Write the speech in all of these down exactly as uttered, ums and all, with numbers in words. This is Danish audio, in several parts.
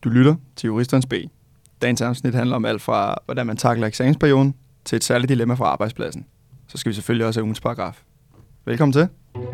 Du lytter til Juristernes B. Dagens afsnit handler om alt fra, hvordan man takler eksamensperioden, til et særligt dilemma fra arbejdspladsen. Så skal vi selvfølgelig også have ugens paragraf. Velkommen til.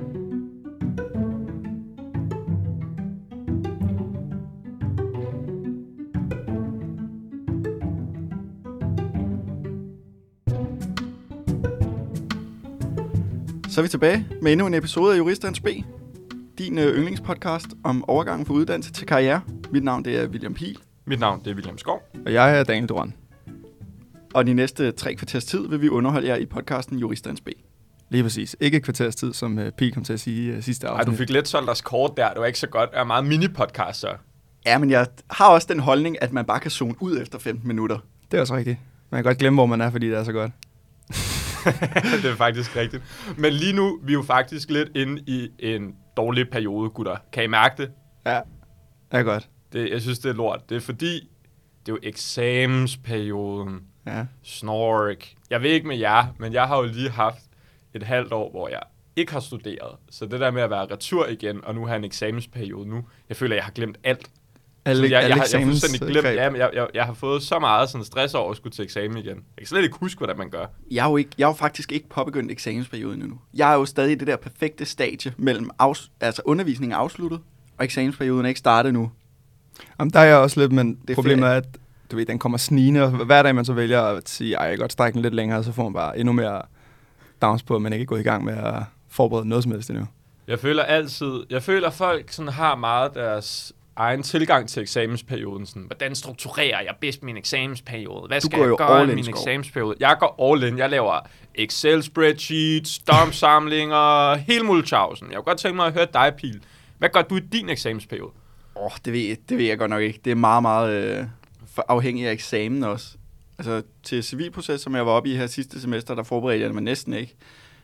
Så er vi tilbage med endnu en episode af Juristernes B. Din øh, yndlingspodcast om overgangen fra uddannelse til karriere. Mit navn det er William Pihl. Mit navn det er William Skov. Og jeg er Daniel Duran. Og de næste tre kvarters tid vil vi underholde jer i podcasten Juristernes B. Lige præcis. Ikke et kvarters tid, som uh, Pihl kom til at sige uh, sidste afsnit. Ej, du fik lidt solgt os kort der. Det var ikke så godt. Jeg er meget mini-podcast, så. Ja, men jeg har også den holdning, at man bare kan zone ud efter femten minutter. Det er også rigtigt. Man kan godt glemme, hvor man er, fordi det er så godt. Det er faktisk rigtigt. Men lige nu, vi er jo faktisk lidt inde i en dårlig periode, gutter. Kan I mærke det? Ja, det er godt. Det, jeg synes, det er lort. Det er fordi, det er jo eksamensperioden. Ja. Snork. Jeg ved ikke med jer, men jeg har jo lige haft et halvt år, hvor jeg ikke har studeret. Så det der med at være retur igen, og nu have en eksamensperiode nu, jeg føler, at jeg har glemt alt. Alle, jeg, jeg, alle har, jeg har fuldstændig glemt, greb. ja, jeg, jeg, jeg har fået så meget sådan stress over at skulle til eksamen igen. Jeg kan slet ikke huske, hvordan man gør. Jeg er jo, ikke, jeg er jo faktisk ikke påbegyndt eksamensperioden endnu. Jeg er jo stadig i det der perfekte stadie mellem afs, altså undervisningen er afsluttet, og eksamensperioden er ikke startet nu. Jamen, der er jeg også lidt, men det problemet er, at du ved, den kommer snigende, og hver dag man så vælger at sige, ej, jeg kan godt strække den lidt længere, så får man bare endnu mere downs på, at man ikke er gået i gang med at forberede noget som helst endnu. Jeg føler altid, jeg føler, at folk sådan har meget deres egen tilgang til eksamensperioden. Sådan, hvordan strukturerer jeg bedst min eksamensperiode? Hvad skal jeg gøre i min eksamensperiode? Jeg går all in. Jeg laver Excel-spreadsheets, domsamlinger, hele multchausen. Jeg kunne godt tænke mig at høre dig, Pihl. Hvad gør du i din eksamensperiode? Åh, oh, det, ved, det ved jeg godt nok ikke. Det er meget, meget øh, afhængigt af eksamen også. Altså til civilproces, som jeg var oppe i her sidste semester, der forberedte jeg mig næsten ikke.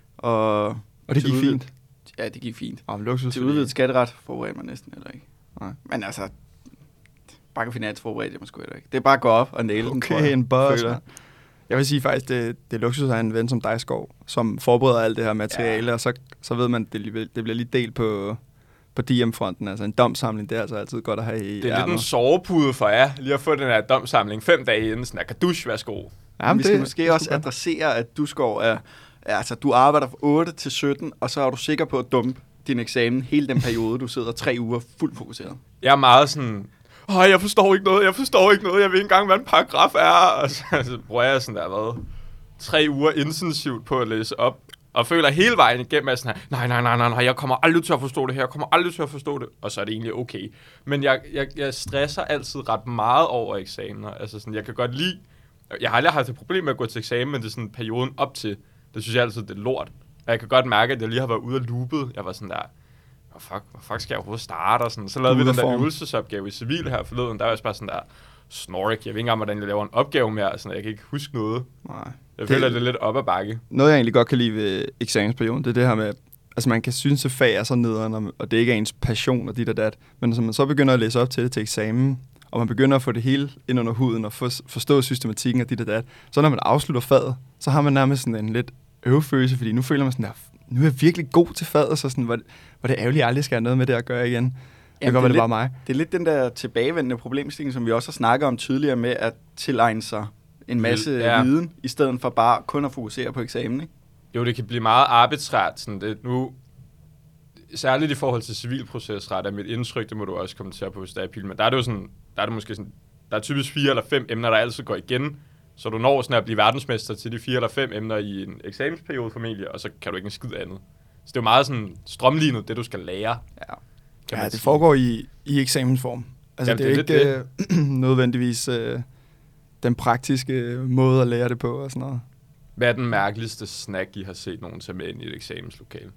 Og, og det gik udvidet, fint? Ja, det gik fint. Oh, luksus, til udvidet skatteret forberedte jeg mig næsten heller ikke. Nej. Men altså, bank og finans forberedte jeg mig sgu heller ikke. Det er bare at gå op og næle den, tror jeg. Okay, en boss, man. Jeg vil sige faktisk, det, det er luksus at have en ven som dig, Skov, som forbereder alt det her materiale, ja. Og så, så ved man, det, det bliver lige delt på, på D M-fronten. Altså en domsamling, det er altså altid godt at have i Det er ærmer. Lidt en sovepude for jer, lige at få den her domsamling fem dage inden, sådan her, kadush, værsgo. Ja, men vi skal det, måske også adressere, at du, Skov, er, altså du arbejder fra otte til sytten, og så er du sikker på at dumpe din eksamen hele den periode, du sidder tre uger fuldt fokuseret. Jeg er meget sådan, åh, jeg forstår ikke noget, jeg forstår ikke noget, jeg ved ikke engang, hvad en paragraf er. Og så, så bruger jeg sådan der, hvad, tre uger intensivt på at læse op, og føler hele vejen igennem, at sådan her, nej, nej, nej, nej, nej, jeg kommer aldrig til at forstå det her, jeg kommer aldrig til at forstå det, og så er det egentlig okay. Men jeg, jeg, jeg stresser altid ret meget over eksamener, altså sådan, jeg kan godt lide, jeg har aldrig haft et problem med at gå til eksamen, men det er sådan perioden op til, det synes jeg altid, det er lort. Og jeg kan godt mærke, at jeg lige har været ude af loopet. Jeg var sådan der, hvor fuck, hvor fuck skal jeg overhovedet starte? Og sådan. Så lavede vi den der øvelsesopgave i civil her forleden. Der var jeg bare sådan der, snork, jeg ved ikke engang, hvordan jeg laver en opgave mere. Sådan, jeg kan ikke huske noget. Nej. Jeg det, føler, det er lidt op ad bakke. Noget, jeg egentlig godt kan lide ved eksamensperioden, det er det her med, altså man kan synes, at fag er så nederen, og det ikke er ens passion og dit og dat. Men når man så begynder at læse op til det til eksamen, og man begynder at få det hele ind under huden, og for, forstå systematikken og dit og dat, så når man afslutter faget, så har man nærmest sådan en lidt øvefølelse, fordi nu føler man sådan der, nu er jeg virkelig god til faget, så sådan, hvor, hvor det ærgerligt, aldrig skal have noget med det at gøre igen. Det kan godt være, det bare mig. Det er lidt den der tilbagevendende problemstilling, som vi også har snakket om tidligere med at tilegne sig en masse ja. viden, i stedet for bare kun at fokusere på eksamen, ikke? Jo, det kan blive meget arbitrært. Sådan det, nu, særligt i forhold til civilprocesret er mit indtryk, det må du også kommentere på, hvis der er Pihl, men der er det jo sådan, der er det måske sådan, der er typisk fire eller fem emner, der altid går igen. Så du når sådan at blive verdensmester til de fire eller fem emner i en eksamensperiode formentlig, og så kan du ikke en skid andet. Så det er jo meget sådan strømlignet, det du skal lære. Ja, ja det foregår i, i eksamensform. Altså Jamen, det er, det er ikke det. Øh, nødvendigvis øh, den praktiske måde at lære det på og sådan noget. Hvad er den mærkeligste snack, I har set nogen tage med ind i et eksamenslokale?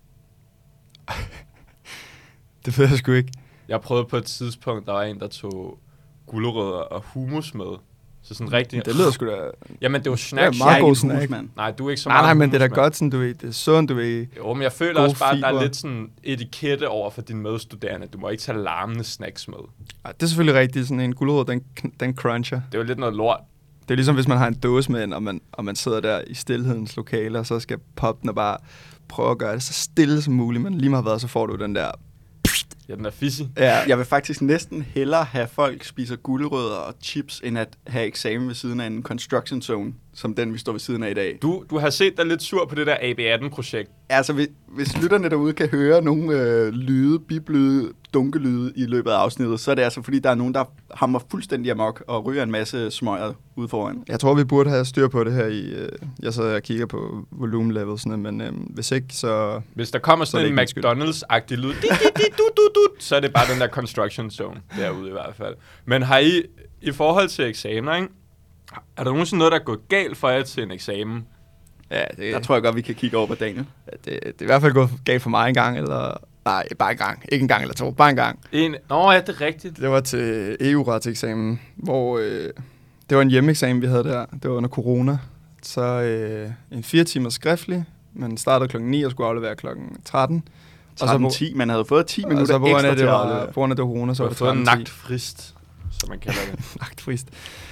Det ved jeg sgu ikke. Jeg prøvede på et tidspunkt, der var en, der tog gulerødder og hummus med. Så sådan rigtig... Det lyder sgu da... Jamen, det var snack. Det er meget god snack. Nej, du er ikke så nej, meget Nej, men det er da godt, sådan, du ved. Det er sundt, du ved. Jo, men jeg føler også bare, at der er lidt sådan etikette over for dine medstuderende. Du må ikke tage larmende snacks med. Ej, det er selvfølgelig rigtigt. Sådan en gulerod, den, den cruncher. Det er jo lidt noget lort. Det er ligesom, hvis man har en dåse med, og man, og man sidder der i stillhedens lokale, og så skal poppe den og bare prøve at gøre det så stille som muligt. Men lige meget hvad, så får du den der... Ja, den er fissig. Ja, jeg vil faktisk næsten hellere have folk spiser gulerødder og chips, end at have eksamen ved siden af en construction zone, som den, vi står ved siden af i dag. Du, du har set dig lidt sur på det der A B atten-projekt. Altså, hvis, hvis lytterne derude kan høre nogle øh, lyde, biblyde, dunkelyde i løbet af afsnittet, så er det altså, fordi der er nogen, der hammer fuldstændig amok og ryger en masse smøger ude foran. Jeg tror, vi burde have styr på det her i... Øh, jeg sidder og kigger på volume levelsene, men øh, hvis ikke, så... Hvis der kommer sådan en McDonald's-agtig lyd, di, di, di, du, du, du, så er det bare den der construction zone derude i hvert fald. Men har I, i forhold til eksamener, ikke? Er der nogensinde noget, der er gået galt for jer til en eksamen? Ja, det, Der tror jeg godt, vi kan kigge over på Daniel. det, det er i hvert fald gået galt for mig en gang, eller... Nej, bare en gang. Ikke en gang eller to, bare en gang. En, nå ja, det er rigtigt. Det var til E U-retseksamen, hvor øh, det var en hjemmeeksamen, vi havde der. Det var under corona. Så øh, en fire timer skriftlig. Man startede klokken ni og skulle aflevere klokken tretten. tretten ti, man havde fået ti minutter altså, ekstra det til at var, aflevere. på grund af det corona, så Så var har det fået en tretten ti. nagtfrist, som man kalder det. Nagtfrist.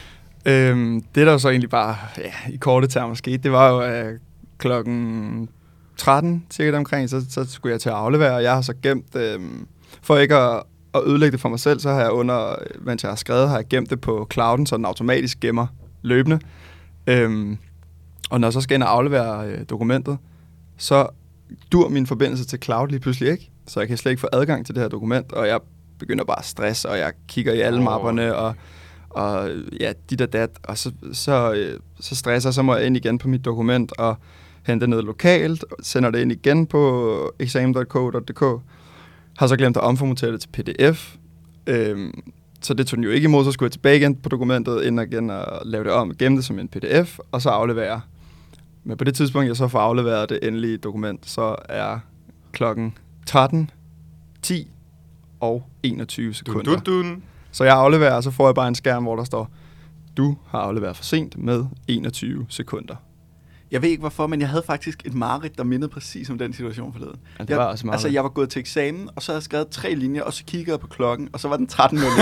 Øhm, det der jo så egentlig bare, ja, i korte termer skete, det var jo øh, klokken tretten, cirka omkring, så, så skulle jeg til at aflevere, og jeg har så gemt, øh, for ikke at, at ødelægge det for mig selv, så har jeg under, mens jeg har skrevet, har jeg gemt det på clouden, så den automatisk gemmer løbende. Øhm, og når jeg så skal ind og aflevere øh, dokumentet, så dur min forbindelse til cloud lige pludselig ikke, så jeg kan slet ikke få adgang til det her dokument, og jeg begynder bare at stresse, og jeg kigger i alle Oh. mapperne, og, og ja, dit og dat, og så, så, øh, så stresser, så må jeg ind igen på mit dokument, og hente det ned lokalt, sender det ind igen på eksamen punktum k punktum d k, har så glemt at omformatere det til P D F, øhm, så det tog den jo ikke imod, så skulle jeg tilbage igen på dokumentet, ind og igen og lave det om, gemme det som en P D F, og så aflevere. Men på det tidspunkt, jeg så får afleveret det endelige dokument, så er klokken tretten ti og enogtyve sekunder. Dun, dun, dun. Så jeg afleverer, og så får jeg bare en skærm, hvor der står, du har afleveret for sent med enogtyve sekunder. Jeg ved ikke hvorfor, men jeg havde faktisk et mareridt, der mindede præcis om den situation forleden. Ja, det jeg, var også meget. altså, jeg var gået til eksamen, og så havde jeg skrevet tre linjer, og så kiggede jeg på klokken, og så var den tretten nul.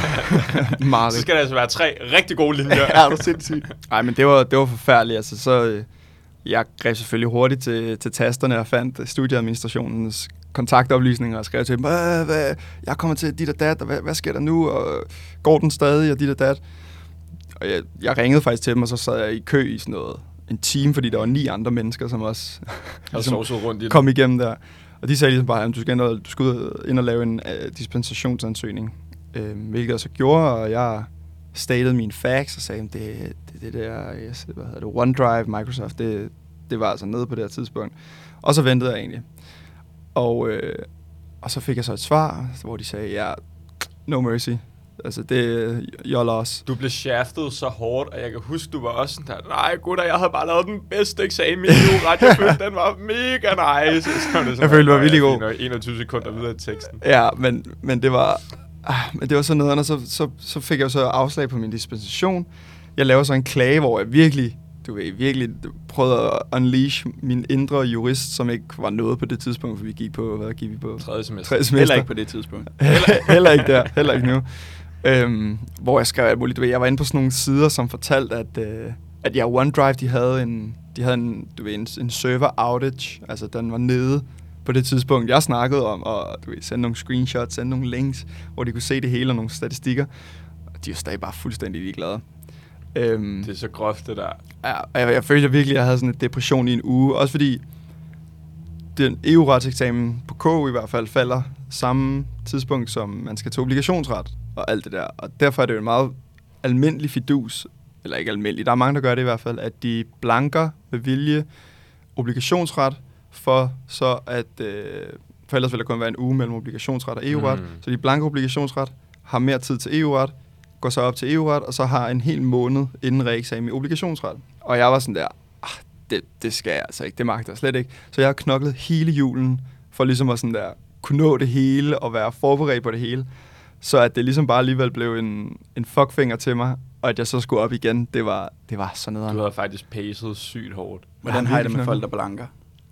Så skal der altså være tre rigtig gode linjer. Ja, er du sindssygt. Nej, men det var, det var forfærdeligt. Altså, så, øh, jeg greb selvfølgelig hurtigt til, til tasterne og fandt studieadministrationens kontaktoplysninger og skrev til dem, hvad, hvad, jeg kommer til dit og dat, og hvad, hvad sker der nu, og går den stadig, og dit og dat. Og jeg, jeg ringede faktisk til dem, og så sad jeg i kø i sådan noget, en time, fordi der var ni andre mennesker, som også ligesom rundt i det. kom igennem der. Og de sagde ligesom bare, at du skal ind og, du skal ind og lave en uh, dispensationsansøgning, øh, hvilket jeg så gjorde, og jeg statede min facts og sagde, at det, det, det der, yes, hvad hedder det, OneDrive, Microsoft, det, det var altså nede på det her tidspunkt. Og så ventede jeg egentlig. Og, øh, og så fik jeg så et svar, hvor de sagde, ja, no mercy. Altså, det your loss. Du blev shaftet så hårdt, og jeg kan huske, du var også sådan der, nej gutter, jeg havde bare lavet den bedste eksamen i livet, jeg følte, den var mega nice. Så var det sådan, jeg følte, det var vildt god. enogtyve sekunder videre i teksten. Ja, men, men det var... Ah, men det var så nederen, og så, så, så fik jeg jo så afslag på min dispensation. Jeg lavede så en klage, hvor jeg virkelig, du ved, virkelig prøvede at unleash min indre jurist, som ikke var noget på det tidspunkt, for vi gik på, hvad gik vi på? Tredje semester. Tredje semester. Heller ikke på det tidspunkt. heller, heller ikke der, heller ikke nu. Øhm, hvor jeg skrev alt muligt. Du ved, jeg var inde på sådan nogle sider, som fortalte, at, øh, at ja, OneDrive, de havde en, de havde en, du ved, en, en server outage, altså den var nede på det tidspunkt, jeg snakkede om, og du ved, sende nogle screenshots, sende nogle links, hvor de kunne se det hele og nogle statistikker. Og de var stadig bare fuldstændig ligeglade. Øhm, Det er så groft, det der. Ja, og jeg, jeg følte virkelig, at jeg havde sådan en depression i en uge. Også fordi den E U-retseksamen på K U i hvert fald falder samme tidspunkt, som man skal til obligationsret og alt det der. Og derfor er det jo en meget almindelig fidus, eller ikke almindelig, der er mange, der gør det i hvert fald, at de blanker med vilje obligationsret, for så at, øh, for ellers vil der kun være en uge mellem obligationsret og E U-ret, mm. så de blanker obligationsret, har mere tid til E U-ret, går så op til E U-ret, og så har en hel måned inden reeksamen i obligationsret. Og jeg var sådan der, ah, det, det skal jeg altså ikke, det magter jeg slet ikke. Så jeg har knoklet hele julen, for ligesom at sådan der, kunne nå det hele, og være forberedt på det hele. Så at det ligesom bare alligevel blev en, en fuckfinger til mig, og at jeg så skulle op igen, det var, det var sådan noget. Du havde faktisk pacet sygt hårdt. Hvordan Ja, har I det med virkelig folk, der blanker?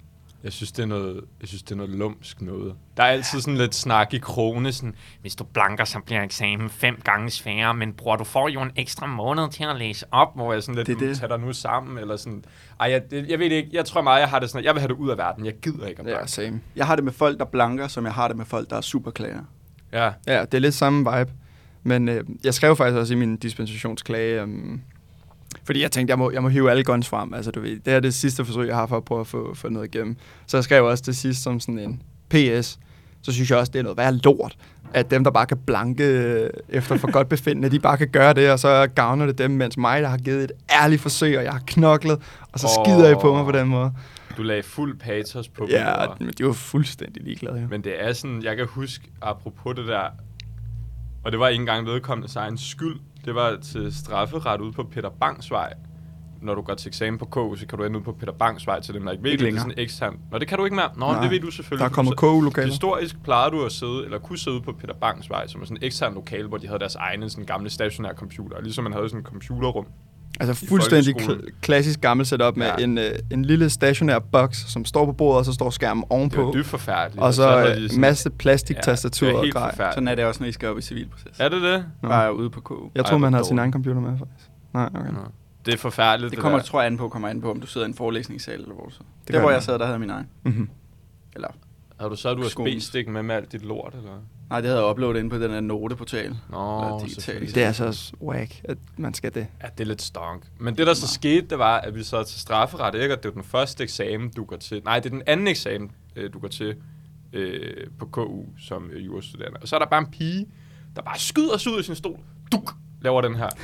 Jeg synes, det er noget, jeg synes, det er noget lumsk noget. Der er altid sådan lidt snak i krone, sådan, hvis du blanker, så bliver eksamen fem gange sværere, men bror, du får jo en ekstra måned til at læse op, hvor jeg sådan lidt, det, det. tager dig nu sammen, eller sådan. Ej, jeg, det, jeg ved ikke, jeg tror meget, jeg har det sådan, jeg vil have det ud af verden, jeg gider ikke at blanke. Ja, same. Jeg har det med folk, der blanker, som jeg har det med folk, der er superklager. Ja. Ja, det er lidt samme vibe. Men øh, jeg skrev faktisk også i min dispensationsklage, øh, fordi jeg tænkte, jeg må, jeg må hive alle guns frem. Altså, du ved, det er det sidste forsøg, jeg har for at prøve at få, få noget igennem. Så jeg skrev også det sidste som sådan en P S. Så synes jeg også, det er noget værd lort, at dem, der bare kan blanke øh, efter for godt befindende, de bare kan gøre det, og så gavner det dem, mens mig, der har givet et ærligt forsøg, og jeg har knoklet, og så skider oh. I på mig på den måde. Du lagde fuld patos på Ja, men de var fuldstændig ligeglade. Ja. Men det er sådan, jeg kan huske, apropos det der, og det var ikke engang vedkommende sig en skyld, det var til strafferet ude på Peter Bangs Vej. Når du går til eksamen på K U, så kan du ende ud på Peter Bangs Vej til dem, der ikke ved det. Det er sådan ekstern. Nå, det kan du ikke mere. Nå, nej, det ved du selvfølgelig. Der er kommet K U-lokaler. Historisk plejede du at sidde, eller kunne sidde på Peter Bangs Vej, som er sådan en ekstern lokale, hvor de havde deres egne sådan gamle stationære computer, ligesom man havde sådan en computerrum. Altså fuldstændig kl- klassisk gammel setup med ja. en, øh, en lille stationær boks, som står på bordet, og så står skærmen ovenpå. Det er dybt forfærdeligt. Og så, så en masse plastiktastatur ja, og grej. Sådan er det også, når I skal op i civilproces. Er det det? Nå. Bare ude på K U. Jeg tror, man har sin egen computer med, faktisk. Nej, okay. Nå. Det er forfærdeligt. Det kommer, det tror jeg, an på, kommer an på, om du sidder i en forelæsningssal eller hvor så. Det, det hvor jeg sad, der havde min egen. Mm-hmm. Eller har du så du har B-stik med med alt dit lort, eller? Nej, det havde jeg uploadet inde på den her noteportal. Nå, det er altså også whack, at man skal det. Ja, det er lidt stonk. Men det, der så skete, det var, at vi sad til strafferet, ikke? Og det var den første eksamen, du går til. Nej, det er den anden eksamen, du går til øh, på K U som øh, jurastuderende. Og så er der bare en pige, der bare skyder sig ud af sin stol. Duk! Laver den her.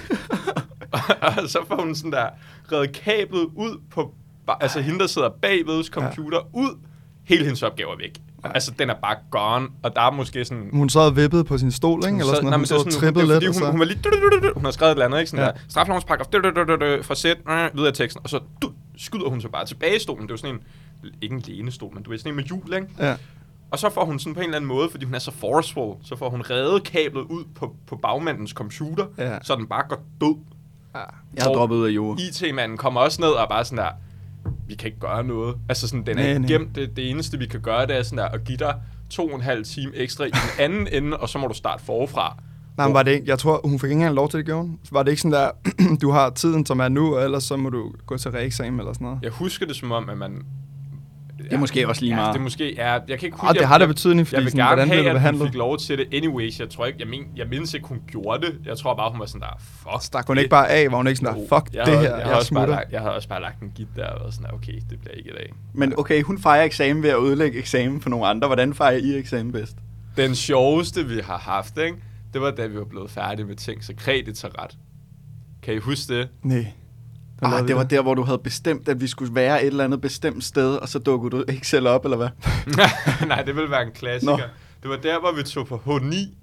Og så får hun sådan der reddet kablet ud på, altså hende, der sidder bagved computer, ja. ud. Hele hendes opgave er væk. Ja. Altså, den er bare gone, og der er måske sådan... Hun sad og vippede på sin stol, ikke? Eller sådan noget, hun sad og trippede lidt. Hun, hun, hun var lige... Hun har skrevet et eller andet, ikke? Sådan ja. der, straffelovens paragraf, fra sæt, videre af teksten, og så skyder hun så bare tilbage i stolen. Det var sådan en... Ikke en lænestol, men du ved, sådan en med hjul, ikke? Ja. Og så får hun sådan på en eller anden måde, fordi hun er så forceful, så får hun reddet kablet ud på, på bagmandens computer, ja. så den bare går død. Ja. Jeg har droppet ud af jord. I T-manden kommer også ned og bare sådan der, vi kan ikke gøre noget. Altså sådan, den er gemt. Det, det eneste, vi kan gøre, det er sådan der, at give dig to og en halv time ekstra i den anden ende, og så må du starte forfra. Nej, men var det ikke, jeg tror, hun fik ikke engang lov til det, gjorde hun? Var det ikke sådan der, du har tiden, som er nu, og ellers så må du gå til reeksamen eller sådan noget? Jeg husker det som om, at man... Det er måske også lige meget. Ja, det er måske, ja, jeg kan ikke huske... det har da betydning, fordi jeg vil sådan, gerne hvordan have, bliver du behandlet? At hun fik lov til det anyways. Jeg tror ikke, jeg, men, jeg mindes ikke, hun gjorde det. Jeg tror bare, hun var sådan der, fuck Stak hun ikke bare af? Var hun ikke sådan der, fuck jeg det havde, her, jeg, jeg, jeg smutter? Lagt, jeg havde også bare lagt en git der, og sådan der, okay, det bliver ikke i dag. Men okay, hun fejrer eksamen ved at ødelægge eksamen for nogle andre. Hvordan fejrer I eksamen bedst? Den sjoveste, vi har haft, ikke? Det var, da vi var blevet færdige med ting, så kreditaret. Kan I huske det? Nej. Ah, det var der, hvor du havde bestemt, at vi skulle være et eller andet bestemt sted, og så dukkede du ikke selv op, eller hvad? Nej, det ville være en klassiker. Nå. Det var der, hvor vi tog på H ni.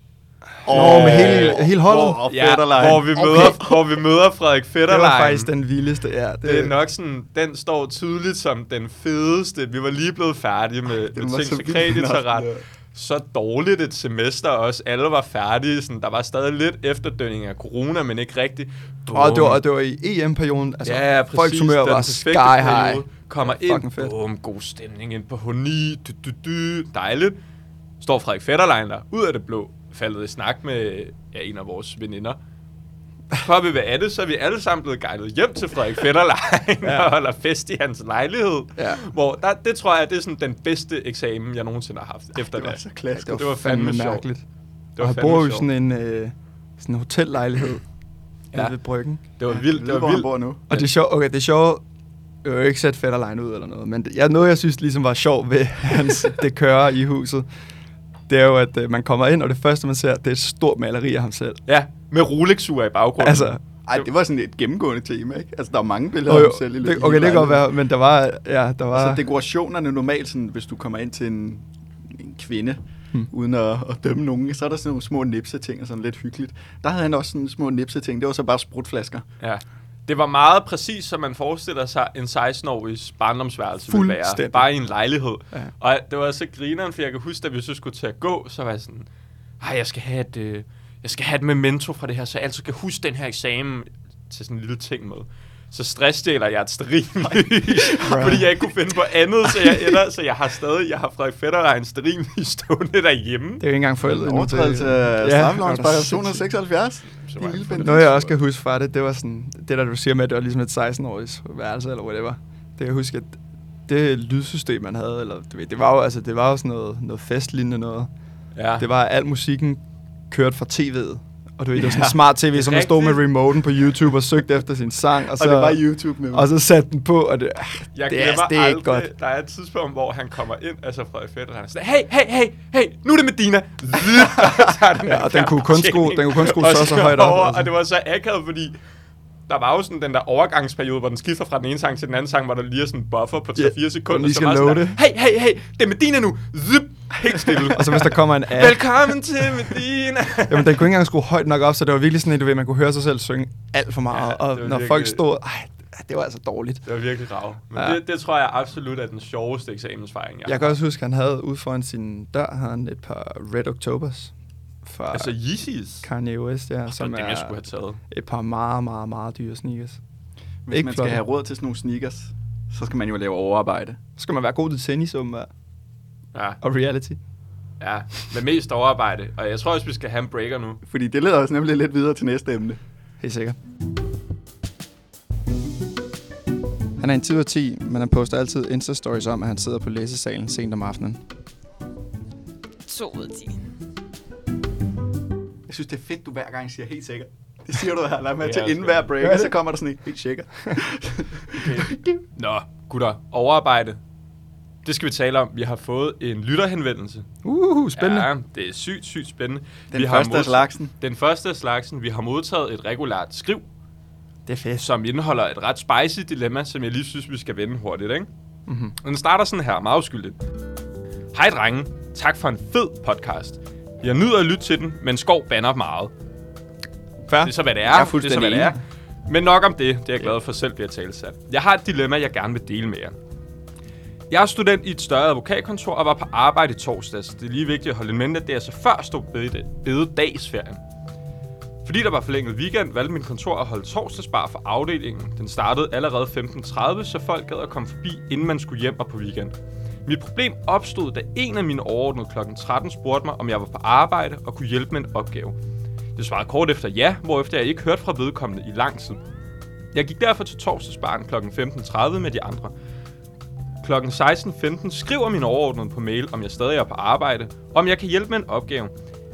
Åh, oh, med hele, hele holdet? Hvor, ja, hvor vi, møder, okay. hvor vi møder Frederik Fetterlein. Det var faktisk den vildeste, ja. Det, det er nok sådan, den står tydeligt som den fedeste. Vi var lige blevet færdige med, med ting, så kreditaret. Så dårligt et semester også. Alle var færdige. Sådan, der var stadig lidt efterdønning af corona, men ikke rigtigt. Og det var, det var i E M-perioden. Altså, ja, præcis. Folks humør var sky high. Kommer ind. Boom, god stemning ind på H ni. Du, du, du, dejligt. Står Frederik Fetterlein der. Ud af det blå. Faldet i snak med ja, en af vores veninder. For at vi hvad er det, så er vi alle sammen blevet guidet hjem til Frederik Fetterlein ja. og holder fest i hans lejlighed. Ja. Hvor der, det tror jeg, det er sådan den bedste eksamen, jeg nogensinde har haft. Ej, efter det var det. så klassisk. Det var, det var fandme, fandme mærkeligt. Det var og han bor jo i sådan en øh, sådan hotellejlighed ja. ved Bryggen. Det var vildt. Det var vildt. Bor nu. Og det er sjovt. Okay, det er sjovt. Jeg har jo ikke sat Fetterlein ud eller noget, men det, jeg, noget jeg synes ligesom var sjovt ved hans det kører i huset. Det er jo, at øh, man kommer ind, og det første, man ser, det er et stort maleri af ham selv. Ja, med Rolex-ure i baggrunden. Altså, ej, det var sådan et gennemgående tema, ikke? Altså, der var mange billeder af ham selv i løbet. Okay, det kan godt være, men der var... Ja, der var... Altså, dekorationerne normalt, sådan, hvis du kommer ind til en, en kvinde, hmm. uden at, at dømme nogen, så er der sådan nogle små nipse-ting og sådan lidt hyggeligt. Der havde han også sådan små nipse-ting. Det var så bare sprutflasker. Ja. Det var meget præcis, som man forestiller sig, en seksten-årigs barndomsværelse ville være. Bare i en lejlighed. Ja. Og det var så grineren, for jeg kan huske, at vi så skulle til at gå, så var jeg sådan, ej, jeg skal have et, øh, jeg skal have et memento fra det her, så jeg altid kan huske den her eksamen til sådan en lille ting med. så stressstjæler jeg et stearinlys, fordi jeg ikke kunne finde på andet, så jeg ender, så jeg har stadig, jeg har Frederik Fetterlein stearinlys stående derhjemme. Det er jo ikke engang forældre nu. Overtrædelse af straffelovens paragraf to hundrede seksoghalvfjerds. Noget jeg også kan huske fra det, det var sådan, det der du siger med, at det var ligesom et seksten-årigs værelse, eller whatever. Det kan jeg huske, at det lydsystem, man havde, eller du ved, det var jo, altså, det var jo sådan noget, noget festlignende noget. Ja. Det var, al musikken kørt fra tv'et. Og du ved, det var sådan en smart tv, som man stod med remoten på YouTube og søgte efter sin sang. Og, så, og det var YouTube nu. Og så satte den på, og det, jeg det, er, det er ikke godt. Der er et tidspunkt, hvor han kommer ind, altså Frederik Fetterlein, og han siger, hey, hey, hey, hey, nu er det Medina. den ja, og den kunne kun skrue, den kunne kun skrue så, så højt op. Over, altså. Og det var så akavet, fordi der var jo sådan den der overgangsperiode, hvor den skifter fra den ene sang til den anden sang, hvor der lige er sådan en buffer på tre fire sekunder. Vi skal love det. Hey, hey, hey, det er Medina nu. Zip, helt stille. Og så hvis der kommer en ad. Velkommen til Medina. Jamen, den kunne ikke engang skrue højt nok op, så det var virkelig sådan, at du ved, man kunne høre sig selv synge alt for meget. Ja, og når virkelig, folk stod, ej, det var altså dårligt. Det var virkelig rav. Men ja. det, det tror jeg absolut er den sjoveste eksamensfejring, jeg, jeg kan også huske, at han havde ude foran sin dør, havde han et par Red Octobers. Fra altså Yeezys? Kanye West, ja. Oh, som dem, er jeg skulle have taget. Et par meget, meget, meget dyre sneakers. Hvis ikke man skal have råd til sådan nogle sneakers, så skal man jo lave overarbejde. Så skal man være god til tennis, åbenbart. Ja. Og reality. Ja, med mest overarbejde. Og jeg tror også, vi skal have en breaker nu. Fordi det leder os nemlig lidt videre til næste emne. Helt sikkert. Han er en ti ud af ti, men han poster altid Insta-stories om, at han sidder på læsesalen sent om aftenen. to ud af ti. Jeg synes, det er fedt, du hver gang siger helt sikkert. Det siger du her. Lad mig til inden hver break, og så kommer der sådan en helt sikkert. Okay. Nå, gutter. Overarbejde. Det skal vi tale om. Vi har fået en lytterhenvendelse. Uh, spændende. Ja, det er sygt, sygt spændende. Den vi første af slagsen. Den første af slagsen. Vi har modtaget et regulært skriv. Det er fedt. Som indeholder et ret spicy dilemma, som jeg lige synes, vi skal vende hurtigt, ikke? Mm-hmm. Den starter sådan her, meget uskyldigt. Hej drenge. Tak for en fed podcast. Jeg nyder at lytte til den, men Skov bander meget. Fair. Det er så, hvad det er. Jeg er det er så, hvad det er. Men nok om det. Det er jeg glad for selv bliver talsat. Jeg har et dilemma, jeg gerne vil dele med jer. Jeg er student i et større advokatkontor og var på arbejde i torsdags. Det er lige vigtigt at holde i mente, at det er altså før stod bededagsferien. Fordi der var forlænget weekend, valgte min kontor at holde torsdagsbar for afdelingen. Den startede allerede femten tredive, så folk gad at komme forbi, inden man skulle hjem og på weekend. Mit problem opstod, da en af mine overordnede klokken tretten spurgte mig, om jeg var på arbejde og kunne hjælpe med en opgave. Det svarede kort efter ja, hvorefter jeg ikke hørte fra vedkommende i lang tid. Jeg gik derfor til torsdagsbaren klokken femten tredive med de andre. Klokken seksten femten skriver min overordnede på mail, om jeg stadig er på arbejde, og om jeg kan hjælpe med en opgave.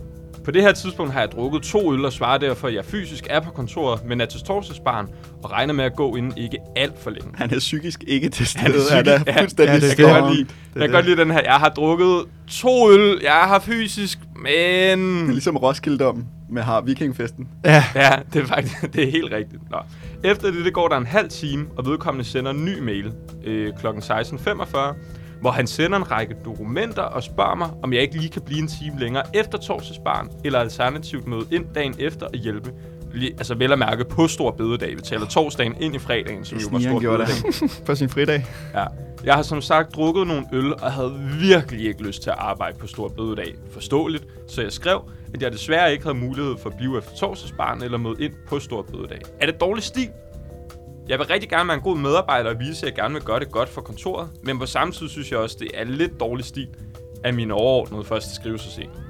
På det her tidspunkt har jeg drukket to øl og svarer derfor, at jeg fysisk er på kontoret, men er til torsdagsbaren og regner med at gå inden ikke alt for længe. Han er psykisk ikke til stede. Han er, psykisk, han er fuldstændig ja, det, jeg kan godt lide, jeg kan godt lide den her. Jeg har drukket to øl, jeg har fysisk, men... Det er ligesom Roskilde-dommen med har Vikingfesten. Ja, ja, det er faktisk det er helt rigtigt. Nå. Efter det, det går der en halv time, og vedkommende sender en ny mail øh, klokken seksten femogfyrre, hvor han sender en række dokumenter og spørger mig, om jeg ikke lige kan blive en time længere efter torsdagsbaren, eller alternativt møde ind dagen efter og hjælpe. Lige, altså vel at mærke på stor bededag. Vi taler torsdagen ind i fredagen, som jo var stor bededag. På sin fridag. Ja. Jeg har som sagt drukket nogle øl, og havde virkelig ikke lyst til at arbejde på stor bededag. Forståeligt, så jeg skrev, at jeg desværre ikke havde mulighed for at blive efter torsdagsbaren eller møde ind på stor bededag. Er det dårlig stil? Jeg vil rigtig gerne være en god medarbejder og vise, at jeg gerne vil gøre det godt for kontoret, men på samme tid synes jeg også, det er lidt dårlig stil, at mine overordnede først skrive så sent.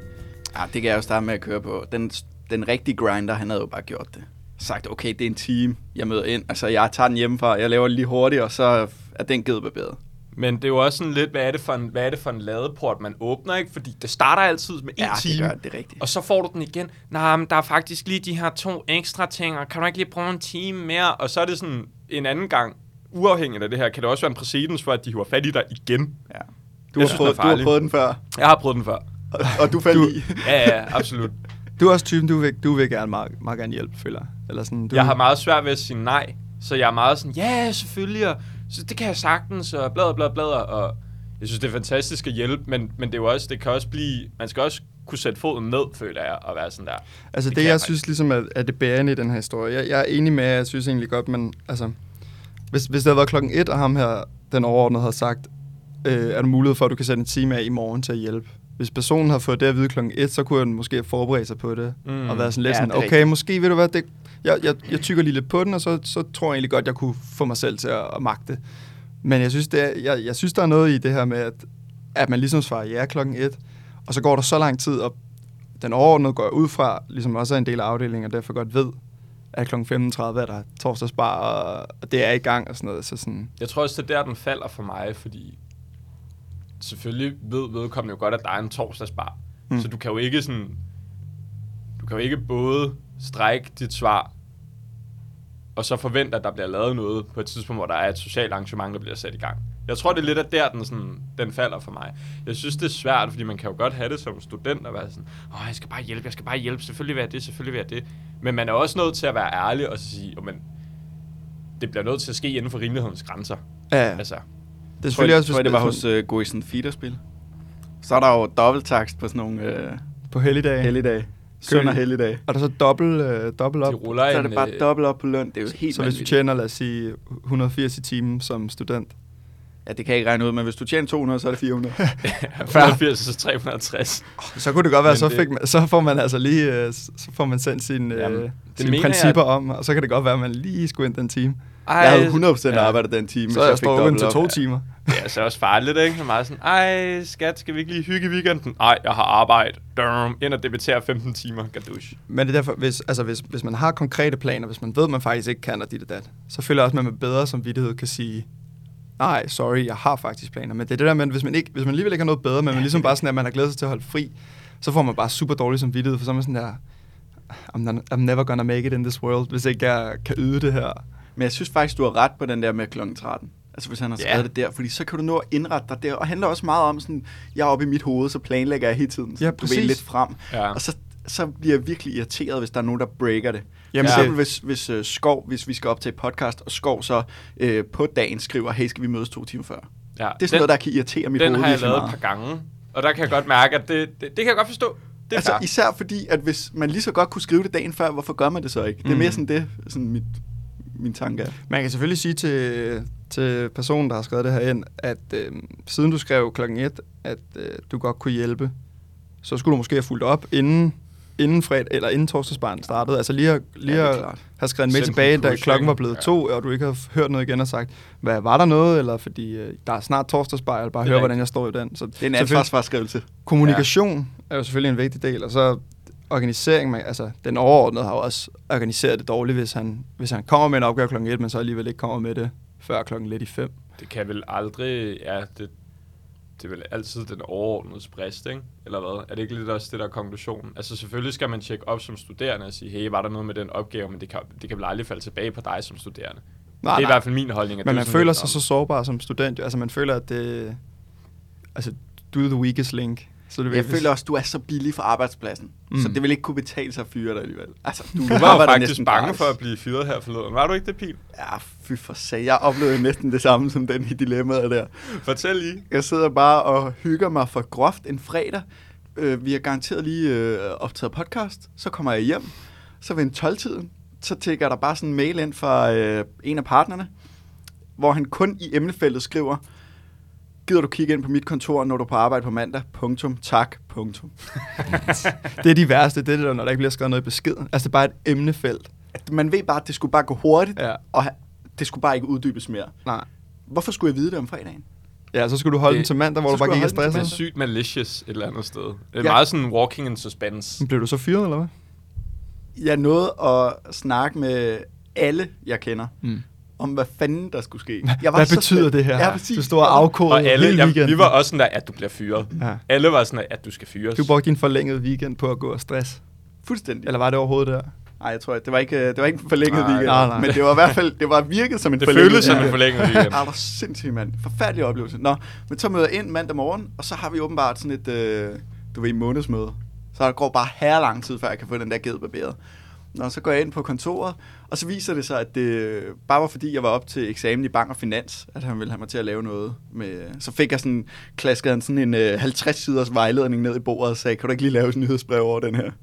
Ja, det kan jeg jo starte med at køre på. Den, den rigtige grinder, han havde jo bare gjort det. Sagt, okay, det er en time, jeg møder ind. Altså, jeg tager den hjemmefra, jeg laver det lige hurtigt, og så er den givet bedre. Men det er jo også sådan lidt, hvad er det for en, hvad er det for en ladeport, man åbner, ikke? Fordi det starter altid med en ja, time, det gør det, det er rigtigt. Og så får du den igen. Nej, men der er faktisk lige de her to ekstra ting, og kan du ikke lige bruge en time mere? Og så er det sådan en anden gang, uafhængigt af det her, kan det også være en præcedens for, at de hiver fat i dig igen. Ja. Du, har synes, prøvet, du har prøvet den før. Jeg har prøvet den før. Og, og du faldt i. Ja, ja, absolut. Du er også typen, du vil, du vil gerne meget, meget gerne hjælpe, føler eller sådan. Du... Jeg har meget svært ved at sige nej, så jeg er meget sådan, ja, selvfølgelig, og så det kan jeg sagtens, og bla bla bla, og jeg synes, det er fantastisk at hjælpe, men, men det, er jo også, det kan også blive, man skal også kunne sætte foden ned, føler jeg, og være sådan der. Altså det, det jeg, jeg synes ligesom er, er det bærende i den her historie. Jeg, jeg er enig med, at jeg synes egentlig godt, men altså, hvis, hvis det havde været klokken et, og ham her, den overordnede, havde sagt, øh, er der mulighed for, at du kan sætte en time af i morgen til at hjælpe, hvis personen har fået det at vide klokken et, så kunne den måske forberede sig på det, mm. og være sådan lidt Ja, sådan, det er okay, rigtigt. måske, ved du hvad, det, jeg, jeg, jeg tykker lige lidt på den, og så, så tror jeg egentlig godt, jeg kunne få mig selv til at, at magte. Men jeg synes, det er, jeg, jeg synes, der er noget i det her med, at, at man ligesom svarer ja klokken et, og så går der så lang tid, og den overordnede går ud fra, ligesom også er en del af afdelingen, og derfor godt ved, at klokken femten tredive er der torsdagsbar, og, og det er i gang og sådan noget. Så sådan. Jeg tror også, det er der, den falder for mig, fordi selvfølgelig ved vedkommende jo godt, at der er en torsdagsbar. Mm. Så du kan jo ikke sådan... Du kan jo ikke både strække dit svar, og så forvente, at der bliver lavet noget på et tidspunkt, hvor der er et socialt arrangement, der bliver sat i gang. Jeg tror, det er lidt af der, den, sådan, den falder for mig. Jeg synes, det er svært, fordi man kan jo godt have det som student og være sådan, åh, jeg skal bare hjælpe, jeg skal bare hjælpe, selvfølgelig vil jeg det, selvfølgelig vil jeg det. Men man er også nødt til at være ærlig og sige, oh, men det bliver nødt til at ske inden for rimelighedens grænser. Ja, Altså, det er Tror jeg, også, tror jeg, det var hos uh, Goisen Feederspil. Så er der jo dobbelttakst på sådan nogle uh, på helligdage. helligdage. Søndag helligdage. Og der så dobbelt, øh, dobbelt op. de ruller Så er en, det bare øh, dobbelt op på løn. Det er jo helt Så hvis du vanvittigt. tjener, lad os sige, et hundrede og firs i timen som student. Ja, det kan jeg ikke regne ud, men hvis du tjener to hundrede, så er det fire hundrede. et hundrede og firs og så tre hundrede og tres. Så kunne det godt være, Men så, det- fik man, så får man altså lige, øh, så får man sendt sine, Jamen, øh, det sine mener principper om, og så kan det godt være, at man lige skulle ind den time. Ej, Jeg havde hundrede procent ja. arbejdet den time, Så er jeg fik står uden dobbelt til op. to Ja. timer. Det er altså også farligt, ikke? Så meget sådan, ej, skat, skal vi ikke lige hygge i weekenden? Ej, jeg har arbejde. Dum, ind og debattere femten timer. Gadush. Men det er derfor, hvis, altså hvis, hvis man har konkrete planer, hvis man ved, at man faktisk ikke kan, og dit og dat, så føler jeg også, at man med bedre samvittighed kan sige, nej, sorry, jeg har faktisk planer. Men det er det der med, at hvis man, ikke, hvis man alligevel ikke har noget bedre, men man ligesom bare sådan, at man har glædet sig til at holde fri, så får man bare super dårlig samvittighed, for så er man sådan der, I'm, not, I'm never gonna make it in this world, hvis ikke jeg kan yde det her. Men jeg synes faktisk, du har ret på den der med klokken tretten. Altså hvis han har skrevet Ja. det der, fordi så kan du nå at indrette dig der. Og handler også meget om sådan, jeg er oppe i mit hoved, så planlægger jeg hele tiden. Så Ja, du ved præcis. lidt frem. Ja. Og så, så bliver jeg virkelig irriteret, hvis der er nogen, der breaker det. Jamen, For det- eksempel hvis, hvis uh, Skov, hvis vi skal op til et podcast, og Skov så uh, på dagen skriver, hey, skal vi mødes to timer før? Ja. Det er sådan noget, der kan irritere mit Den hoved har jeg lige så lavet et meget. par gange, og der kan jeg godt mærke, at det, det, det kan jeg godt forstå. Det er Altså fair. især fordi, at hvis man lige så godt kunne skrive det dagen før, hvorfor gør man det så ikke? Det er mere Mm. sådan det, sådan mit, min tanke er. Man kan selvfølgelig sige til, til personen, der har skrevet det her ind, at øh, siden du skrev klokken et, at øh, du godt kunne hjælpe, så skulle du måske have fulgt op inden, inden fredag, eller inden torsdagsbaren startede. Altså lige, at, lige Ja, det er at klart. have skrevet en mail Sendt tilbage, en da push, klokken var ikke? blevet Ja. to, og du ikke havde hørt noget igen og sagt, hvad, var der noget, eller fordi øh, der er snart torsdagsbar, eller bare Det er høre, rigtigt. hvordan jeg står i den. Så Det er en selvfølgelig- ansvarsfraskrivelse. Kommunikation ja. er jo selvfølgelig en vigtig del, og så organisering, man, altså den overordnede har jo også organiseret det dårligt, hvis han, hvis han kommer med en opgave klokken et, men så alligevel ikke kommer med det før klokken lidt i fem. Det kan vel aldrig, ja, det, det er vel altid den overordnede brist, ikke? Eller hvad? Er det ikke lidt også det, der er konklusionen? Altså selvfølgelig skal man tjekke op som studerende og sige, hey, var der noget med den opgave, men det kan, det kan vel aldrig falde tilbage på dig som studerende. Nej, det er i nej. hvert fald min holdning. At Men det er man sådan føler lidt sig om- så sårbar som student. jo. Altså man føler, at det... Altså, du er the weakest link. Så det Jeg føler også, du er så billig for arbejdspladsen, mm. så Mm. det vil ikke kunne betale sig at fyre dig alligevel. Altså, du, Du var jo arbejder faktisk næsten bange gratis. for at blive fyret her forleden. Var du ikke det, Pil? Ja, fy for sag. Jeg oplevede næsten det samme som den i dilemmaet der. Fortæl lige. Jeg sidder bare og hygger mig for groft en fredag. Øh, vi har garanteret lige øh, optaget podcast. Så kommer jeg hjem. Så ved en tolv-tiden, så tækker der bare sådan en mail ind fra øh, en af partnerne, hvor han kun i emnefeltet skriver, gider du kigge ind på mit kontor, når du er på arbejde på mandag? Punktum. Tak. Punktum. det er de værste, det er det der, når der ikke bliver skrevet noget i beskeden. Altså det er bare et emnefelt. At man ved bare, at det skulle bare gå hurtigt, Ja. og ha- det skulle bare ikke uddybes mere. Nej. Hvorfor skulle jeg vide det om fredagen? Ja, så skulle du holde Det- den til mandag, hvor så du bare skulle gik jeg og holde den til stressede. Det er sygt malicious et eller andet sted. Det er Ja. meget sådan walking in suspense. Blev du så fyret, eller hvad? Jeg nåede at snakke med alle, jeg kender, Mm. om hvad fanden der skulle ske. Jeg Hvad så betyder spændt. det her? Ja, præcis. Du står og afkoder Og alle, hele jeg, weekenden. vi var også sådan der, at du bliver fyret. Ja. Alle var sådan der, at du skal fyres. Du brugte din forlængede weekend på at gå og stress. Fuldstændig. Eller var det overhovedet der? Nej, jeg tror, det var ikke, det var ikke en forlænget Nej, weekend. nej, nej. Men det var i hvert fald, det var virket som en det forlænget føltes som en weekend. forlænget weekend. Ah, hvor sindssygt, mand. Forfærdelig oplevelse. Nå, men så møder jeg ind mandag morgen, og så har vi åbenbart sådan et, øh, du ved, månedsmøde. Så der går bare her lang tid, før jeg kan få den der ged barberet. Nå, så går jeg ind på kontoret, og så viser det sig, at det bare var fordi, jeg var op til eksamen i bank og finans, at han ville have mig til at lave noget med... Så fik jeg sådan, klaskede han sådan en øh, halvtreds siders vejledning ned i bordet og sagde, kan du ikke lige lave et nyhedsbrev over den her?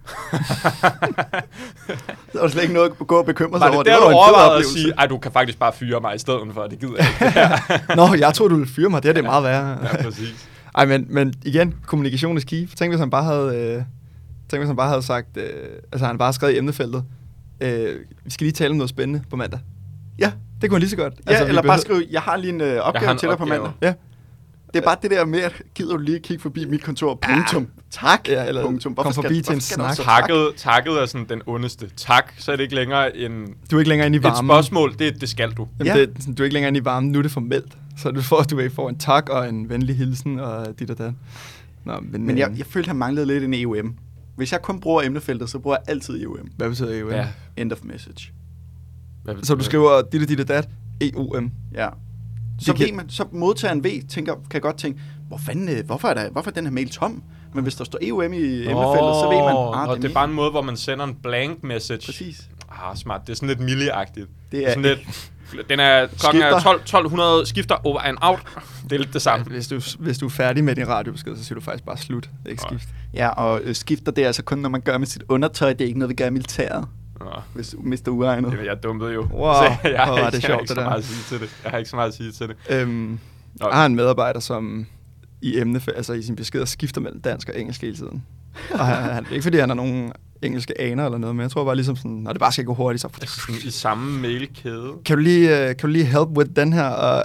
Der var slet ikke noget at gå og bekymre sig Var over. det der, var du jo en fed overvejede at oplevelse. sige, ej, du kan faktisk bare fyre mig i stedet for, det gider jeg ikke. Nå, jeg troede, du ville fyre mig. Det er det meget værre. Ja, præcis. Ej, men, men igen, kommunikation er key. Tænk, hvis han bare havde, øh, tænk, hvis han bare havde sagt, øh, altså han bare skrevet i emnefeltet, øh, vi skal lige tale om noget spændende på mandag. Ja. Det kunne han lige så godt. Ja, altså, eller bare skrive, jeg har lige en øh, opgave en til dig opgave. på mandag. Ja. Det er bare det der med, at gider du lige kigge forbi mit kontor? Punktum. Ja. Tak. Ja, eller Punktum. kom skal- forbi til en hvorfor skal der snak. så tak? Takket, takket er sådan den ondeste. Tak, så er det ikke længere en, Du er ikke længere inde i et varmen. spørgsmål. Det, det skal du. Jamen, Ja. det, er sådan, du er ikke længere inde i varmen, nu er det formelt. Så du får, du får en tak og en venlig hilsen og dit og dat. Nå, men, Men jeg, jeg følte, han manglede lidt en E U M. Hvis jeg kun bruger emnefeltet, så bruger jeg altid E U M. Hvad betyder E U M? Ja. End of message. Hvad, Så du skriver dit og dit og dat, E U M. Ja. Så, kan- ved man, så modtageren ved, tænker, kan godt tænke, hvor fanden, øh, hvorfor, er der, hvorfor er den her mail tom? Men hvis der står E U M i emnefeltet, så ved man, ah, og det, det er bare en måde, hvor man sender en blank message. Præcis. Ah, smart. Det er sådan lidt milli-agtigt. Det er sådan lidt, den er, klokken er Skifter. tolv, tolv hundrede, skifter over and out. Det er lidt det samme. Hvis du, hvis du er færdig med din radiobesked, så siger du faktisk bare slut, ikke Nå. skift. Ja, og øh, skifter det er altså kun, når man gør med sit undertøj. Det er ikke noget, vi gør i militæret, Nå, hvis du mister uegnet. det, jeg dumpede jo. Wow, Så jeg, hvor var har det ikke, jeg har sjovt, ikke det så der. meget at sige til det. Jeg har ikke så meget at sige til det. Øhm, Nå. jeg har en medarbejder, som i emne, altså i sin beskeder skifter mellem dansk og engelsk hele tiden. Og han, han, ikke fordi han har nogen engelske aner eller noget, men jeg tror bare ligesom sådan, når det bare skal gå hurtigt, så... Sådan I samme mailkæde. Kan du lige, uh, kan du lige help with den her? Og,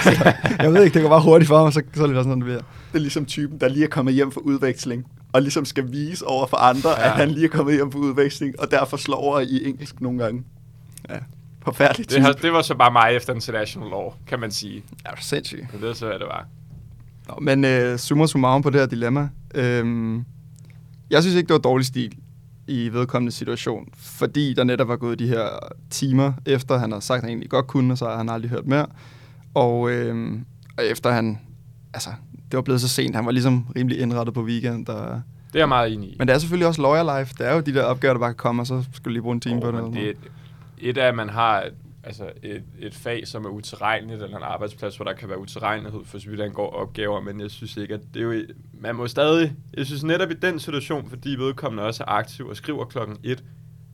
jeg ved ikke, det går bare hurtigt for mig, så, så er det bare sådan, det bliver. Det er ligesom typen, der lige er kommet hjem fra udveksling, og ligesom skal vise over for andre, ja. Ja. at han lige er kommet hjem fra udveksling, og derfor slår over i engelsk nogle gange. Ja, Forfærdeligt Det, type. har, det var så bare mig efter international law, kan man sige. det er sindssygt. Men det er så, hvad det var. Nå, men uh, summa summarum på det her dilemma. Øhm, jeg synes ikke, det var dårlig stil i vedkommende situation, fordi der netop var gået de her timer efter, han havde sagt, at han egentlig godt kunne, og så har han aldrig hørt mere. Og, øhm, og efter han, altså, det var blevet så sent, han var ligesom rimelig indrettet på weekend. Og, Det er jeg meget enig i. men det er selvfølgelig også lawyer life. Det er jo de der opgaver, der bare kan komme, og så skulle du lige bruge en time Oh, på det. men Eller det noget. er, et af, at man har et, altså et, et fag, som er utilregneligt, eller en arbejdsplads, hvor der kan være utilregnelighed, for så vidt angår opgaver, men jeg synes ikke, at det er jo... Man må stadig... Jeg synes netop i den situation, fordi vedkommende også er aktiv og skriver klokken et,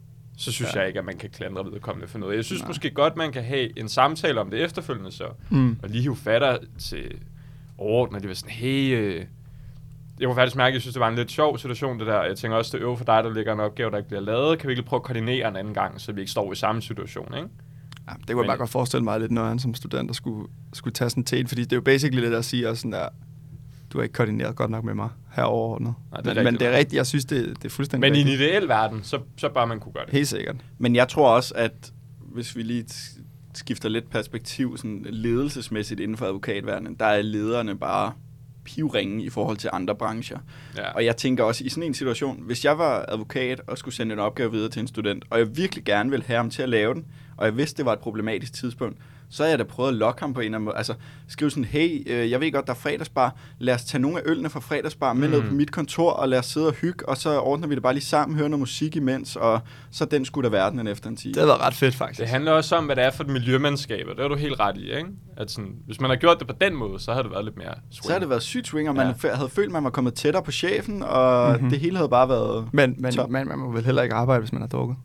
så synes Ja. jeg ikke, at man kan klandre vedkommende for noget. Jeg synes Nej. måske godt, man kan have en samtale om det efterfølgende så, Mm. og lige hive fatter til overordnet. Det var sådan, hey... Øh, jeg kunne faktisk mærke, at jeg synes, det var en lidt sjov situation, det der. Jeg tænker også, det er øve for dig, der ligger en opgave, der ikke bliver lavet. Kan vi ikke lige prøve at koordinere en anden gang, så vi ikke står i samme situation, ikke? Ja, det kunne jeg bare godt forestille mig lidt, når han som student der skulle, skulle tage sådan en tæt, fordi det er jo basically det der at sige også sådan der, du har ikke koordineret godt nok med mig her overordnet. Nej, det er men, men rigtigt. det er rigtigt, jeg synes, det, det er fuldstændig Men i en rigtigt. ideel verden, så, så bør man kunne gøre det. Helt sikkert. Men jeg tror også, at hvis vi lige t- skifter lidt perspektiv sådan ledelsesmæssigt inden for advokatverdenen, der er lederne bare pivringe i forhold til andre brancher. Ja. Og jeg tænker også i sådan en situation, hvis jeg var advokat og skulle sende en opgave videre til en student, og jeg virkelig gerne ville have ham til at lave den, og jeg vidste, det var et problematisk tidspunkt, så havde jeg da prøvet at lokke ham på en eller anden måde. Altså skrive sådan, hey, øh, jeg ved godt, der er fredagsbar, lad os tage nogle af ølene fra fredagsbar med Mm. ned på mit kontor, og lad os sidde og hygge, og så ordner vi det bare lige sammen, høre noget musik imens, og så den skulle der verdenen efter en time. Det har været ret fedt, faktisk. Det handler også om, hvad det er for et miljømandskab, og det er du helt ret i, ikke? At sådan, hvis man har gjort det på den måde, så havde det været lidt mere swing. Så havde det været sygt swing, og man Ja. ja. havde følt, at man var kommet tættere på chefen, og Mhm. mm-hmm. det hele havde bare været... Men, men Top. man, man må vel heller ikke arbejde, hvis man har drukket.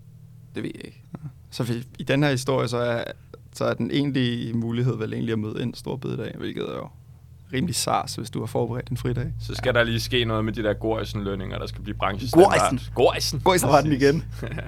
Det ved jeg ikke. Så i, i den her historie, så er, så er den egentlige mulighed vel egentlig at møde ind stor bededag, hvilket er jo rimelig sars, hvis du har forberedt en fridag. Så skal ja. der lige ske noget med de der Gorisen-lønninger, der skal blive branchestandard. Gorisen. Gorisen. Gå i Så var den igen.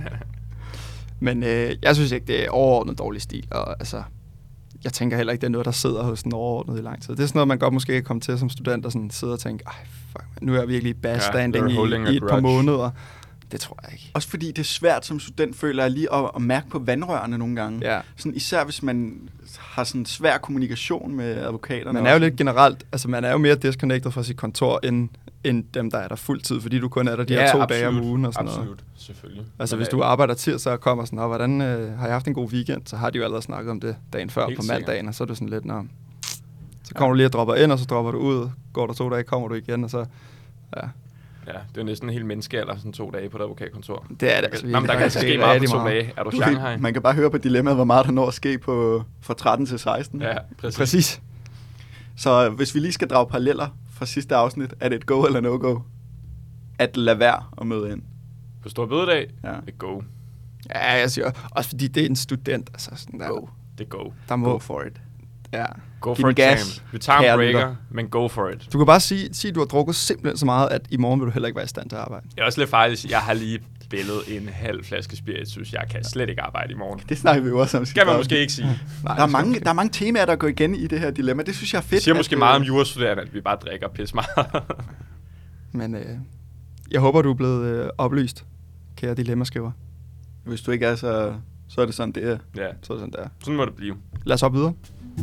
Men øh, jeg synes ikke, det er overordnet dårlig stil, og altså, jeg tænker heller ikke, det er noget, der sidder hos den overordnet i lang tid. Det er sådan noget, man godt måske kan komme til som student og sådan sidde og tænke, ej, fuck, man, nu er jeg virkelig i bad standing they're ja, holding a i, i et par grudge. måneder. Det tror jeg ikke. Også fordi det er svært som student, føler jeg lige at, at mærke på vandrørene nogle gange. Ja. Sådan, især hvis man har sådan svær kommunikation med advokaterne. Man er jo også. lidt generelt, altså man er jo mere disconnected fra sit kontor, end, end dem, der er der fuldtid, fordi du kun er der de her to dage om ugen og sådan absolut. noget. Selvfølgelig. Altså Men hvis er- du arbejder tirsdag og kommer sådan, og hvordan øh, har jeg haft en god weekend, så har de jo allerede snakket om det dagen før Helt på sikkert. mandagen, og så er du sådan lidt, nå, så kommer ja. du lige og dropper ind, og så dropper du ud, går der to dage, kommer du igen, og så, ja, Ja, det er jo næsten en hel menneskealder, sådan to dage på et advokatkontor. det er det altså Nå, men der kan faktisk ske ske meget på rigtig to meget. dage. Er du Du Shanghai? kan, man kan bare høre på dilemmaet, hvor meget der når at ske på, fra tretten til seksten. Ja, præcis. Præcis. Så hvis vi lige skal drage paralleller fra sidste afsnit, er det et go eller no-go? At lade være at møde ind. På stor bededag, Ja. det er go. Ja, jeg siger, også fordi det er en student, altså sådan der, Go. Det er go. der må, Go for it. Ja. Go Giv for den it, gas, Sam. Vi tager en kære breaker, lytter. men go for it. Du kan bare sige, sige, at du har drukket simpelthen så meget, at i morgen vil du heller ikke være i stand til at arbejde. Jeg er også lidt faktisk, jeg har lige billedet en halv flaske spiritus. Jeg kan slet ikke arbejde i morgen. Det snakker vi jo også om. Skal man måske ikke sige. Nej, Der er, mange, der er mange temaer, der går igen i det her dilemma. Det synes jeg er fedt. Det siger måske at, meget om øh, jurastuderende, at vi bare drikker pis meget. Men øh, jeg håber, du er blevet øh, oplyst, kære dilemmaskriver. Hvis du ikke er, så, så er det sådan, det er. Ja, Så er det sådan, der. sådan må det blive. Lad os op videre.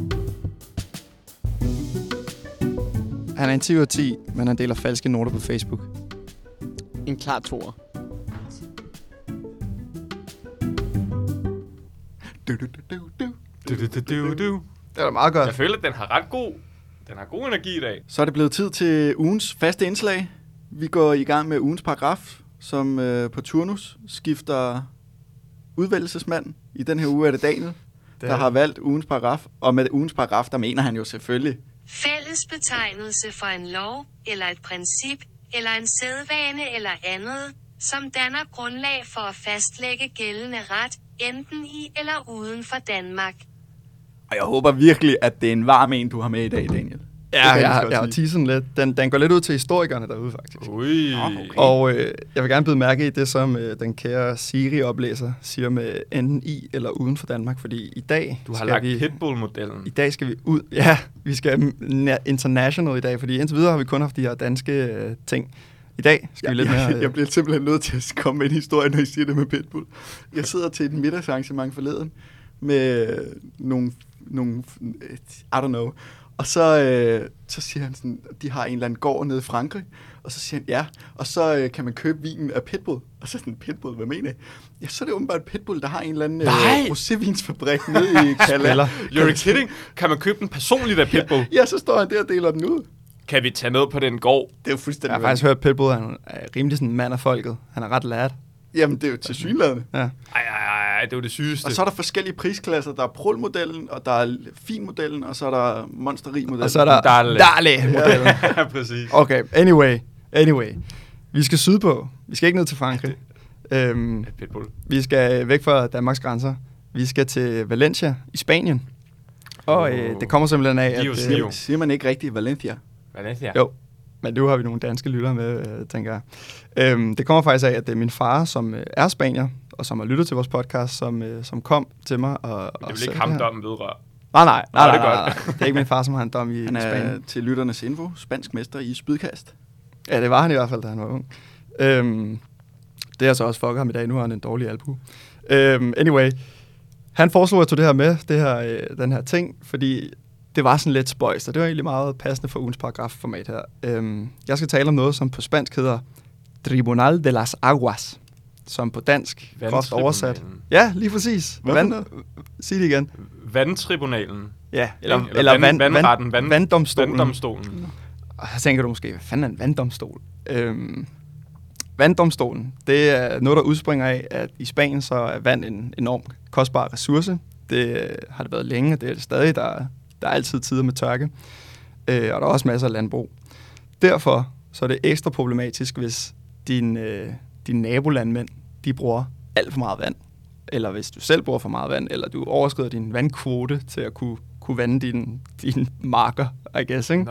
Han er en ti ud af ti, men han deler falske noter på Facebook. En klar toer. Du, du, du, du, du. Du, du, du, du, du. Det er da meget godt. Jeg føler, at den har ret god, den har god energi i dag. Så er det blevet tid til ugens faste indslag. Vi går i gang med ugens paragraf, som øh, på turnus skifter udvælgelsesmand. I den her uge er det Daniel, der har valgt ugens paragraf. Og med ugens paragraf, der mener han jo selvfølgelig... Fælles betegnelse for en lov, eller et princip, eller en sædvane eller andet, som danner grundlag for at fastlægge gældende ret, enten i eller uden for Danmark. Og jeg håber virkelig, at det er en varm en, du har med i dag, Daniel. Ja, kan jeg jeg, lige så jeg, godt jeg har sige. teasen lidt. Den, den går lidt ud til historikerne derude, faktisk. Ui. okay. Og øh, jeg vil gerne bide mærke i det, som øh, den kære Siri-oplæser siger med enten i eller uden for Danmark. Fordi i dag Du har skal lagt vi... Pitbull-modellen. I dag skal vi ud... Ja, vi skal na- international i dag, fordi indtil videre har vi kun haft de her danske øh, ting. I dag skal Ja, vi lidt jeg, mere... Øh, jeg bliver simpelthen nødt til at komme med en historie, når I siger det med Pitbull. Jeg sidder til et middagsarrangement forleden med nogle, nogle I don't know. Og så, øh, så siger han sådan, de har en eller anden gård nede i Frankrig. Og så siger han, ja. Og så øh, kan man købe vinen af Pitbull. Og så sådan, Pitbull, hvad mener I? Ja, så er det åbenbart Pitbull, der har en eller anden øh, rosévinsfabrik nede i Calais. You're kidding? Kan man købe den personligt af Pitbull? Ja, så står han der og deler den ud. Kan vi tage ned på den gård? Det er jo jeg fuldstændig... har faktisk hørt, at Pitbull han er rimelig sådan en mand af folket. Han er ret lad. Jamen, det er jo tilsyneladende. Ja. Ej, ej, ej, det var det sygeste. Og så er der forskellige prisklasser. Der er Prol-modellen, og der er Fin-modellen, og så er der Monsteri-modellen. Og så er der Dale. Dale-modellen. Ja, præcis. Okay, anyway. Anyway. Vi skal sydpå. Vi skal ikke ned til Frankrig. Øhm, Ja, Pitbull. vi skal væk fra Danmarks grænser. Vi skal til Valencia i Spanien. Og øh, det kommer simpelthen af, at... Dio, Øh, Dio. Siger, siger man ikke rigtigt Valencia? Hvad er det her? jo, men nu har vi nogle danske lyttere med, øh, tænker jeg. Øhm, det kommer faktisk af, at det er min far, som øh, er spanier, og som har lyttet til vores podcast, som, øh, som kom til mig. Og, Det og vil sagde ikke ham her. dommen vedrøre. Nej, nej, nej, Nå, nej, det er nej, nej, nej. Det er ikke min far, som har en dom i, Han i er Spanien. til lytternes info, spansk mester i spydkast. Ja, det var han i hvert fald, da han var ung. Øhm, det har så også fucket ham i dag. Nu har han en dårlig albu. Øhm, anyway, han foreslog, at jeg tog det her med, det her, øh, den her ting, fordi det var sådan lidt spøjst, og det var egentlig meget passende for ugens paragrafformat her. Øhm, jeg skal tale om noget, som på spansk hedder Tribunal de las Aguas, som på dansk groft oversat. Vandtribunalen. Ja, lige præcis. Hvad for noget? Sig det igen. Vandtribunalen. Ja, eller, Eller eller, vand- vand, vandretten, vand- vanddomstolen. Vanddomstolen. Og så tænker du måske, hvad fanden er en vanddomstol? Øhm, vanddomstolen, det er noget, der udspringer af, at i Spanien så er vand en enorm kostbar ressource. Det øh, har det været længe, og det er det stadig. Der, er- der er altid tider med tørke, øh, og der er også masser af landbrug. Derfor så er det ekstra problematisk, hvis din, øh, dine nabolandmænd, de bruger alt for meget vand. Eller hvis du selv bruger for meget vand, eller du overskrider din vandkvote til at kunne, kunne vande dine din marker, I guess, ikke? Nå.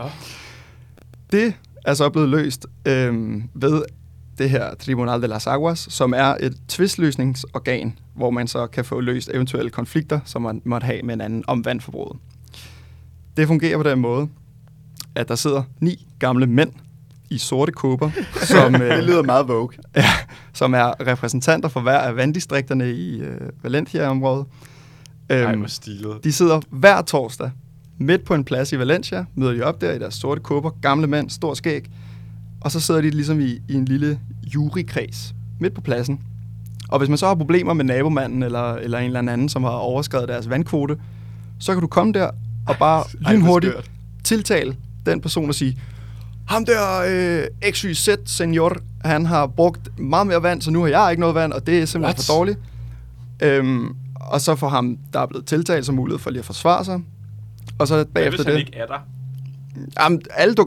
Det er så blevet løst øh, ved det her Tribunal de las Aguas, som er et tvistløsningsorgan, hvor man så kan få løst eventuelle konflikter, som man måtte have med en anden om vandforbruget. Det fungerer på den måde, at der sidder ni gamle mænd i sorte kåber, som, Det øh, lyder meget vogue. ja, som er repræsentanter for hver af vanddistrikterne i øh, Valencia-området. Ej, Øhm, hvor stilet. de sidder hver torsdag midt på en plads i Valencia, møder de op der i deres sorte kåber, gamle mænd, stor skæg, og så sidder de ligesom i, i en lille jurykreds midt på pladsen. Og hvis man så har problemer med nabomanden eller, eller en eller anden, som har overskredet deres vandkvote, så kan du komme der og bare Ej, hvor lynhurtigt skørt. tiltale den person og sige, ham der øh, X Y Z senior, han har brugt meget mere vand, så nu har jeg ikke noget vand, og det er simpelthen What? for dårligt. Øhm, og så får ham, der er blevet tiltalt, som mulighed for lige at forsvare sig. Og så Hvad bagefter hvis han det... ikke er der? Jamen, alle dukker op.